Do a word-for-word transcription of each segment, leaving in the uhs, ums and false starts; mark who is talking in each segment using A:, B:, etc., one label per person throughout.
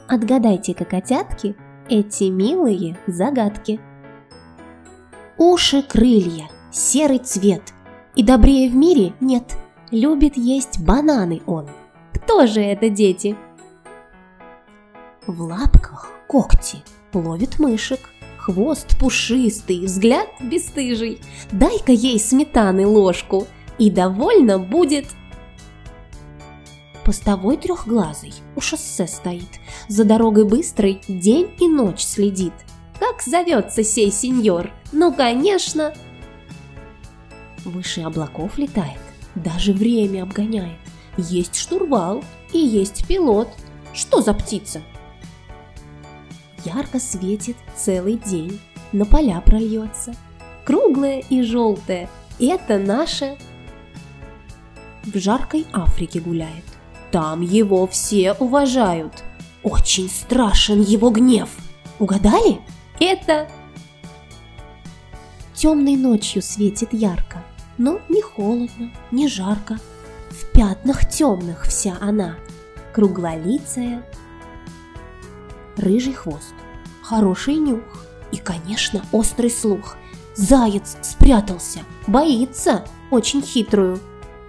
A: Отгадайте-ка, котятки, эти милые загадки. Уши, крылья, серый цвет, и добрее в мире нет. Любит есть бананы он. Кто же это, дети? В лапках когти, ловит мышек, хвост пушистый, взгляд бесстыжий. Дай-ка ей сметаны ложку, и довольно будет. Постовой трехглазый у шоссе стоит, за дорогой быстрой день и ночь следит. Как зовется сей сеньор? Ну, конечно! Выше облаков летает, даже время обгоняет. Есть штурвал и есть пилот. Что за птица? Ярко светит целый день, на поля прольется. Круглая и желтая — это наша. В жаркой Африке гуляет, там его все уважают. Очень страшен его гнев. Угадали? Это... Темной ночью светит ярко, но не холодно, не жарко. В пятнах темных вся она, круглолицая. Рыжий хвост, хороший нюх и, конечно, острый слух. Заяц спрятался, боится, очень хитрую.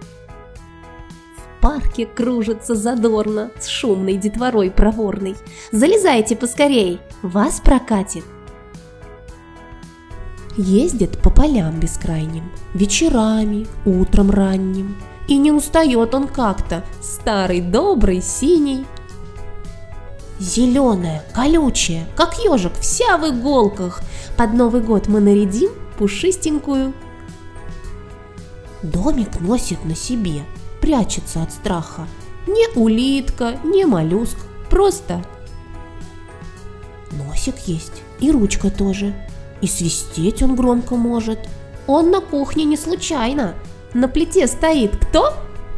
A: В парке кружится задорно, с шумной детворой проворной. Залезайте поскорей, вас прокатит. Ездит по полям бескрайним, вечерами, утром ранним. И не устает он как-то, старый добрый синий. Зеленая, колючая, как ежик, вся в иголках. Под Новый год мы нарядим пушистенькую. Домик носит на себе, прячется от страха. Не улитка, не моллюск, просто носик есть и ручка тоже. И свистеть он громко может. Он на кухне не случайно. На плите стоит кто?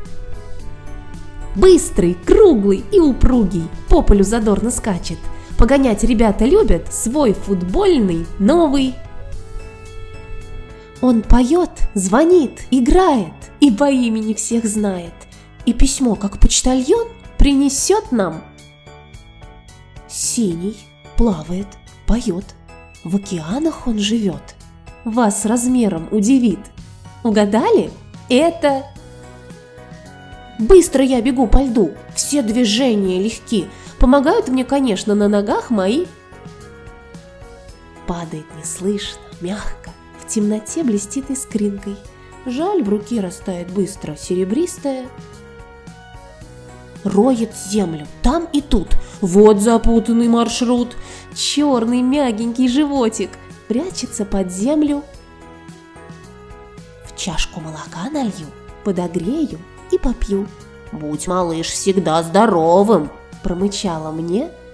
A: Быстрый, круглый и упругий, по полю задорно скачет. Погонять ребята любят свой футбольный новый. Он поет, звонит, играет и по имени всех знает. И письмо, как почтальон, принесет нам. Синий, плавает, поет. В океанах он живет. Вас размером удивит. Угадали? Это... Быстро я бегу по льду, все движения легки. Помогают мне, конечно, на ногах мои. Падает неслышно, мягко, в темноте блестит искринкой. Жаль, в руке растает быстро, серебристая. Роет землю там и тут. Вот запутанный маршрут. Черный мягенький животик прячется под землю. В чашку молока налью, подогрею и попью. Будь, малыш, всегда здоровым, промычала мне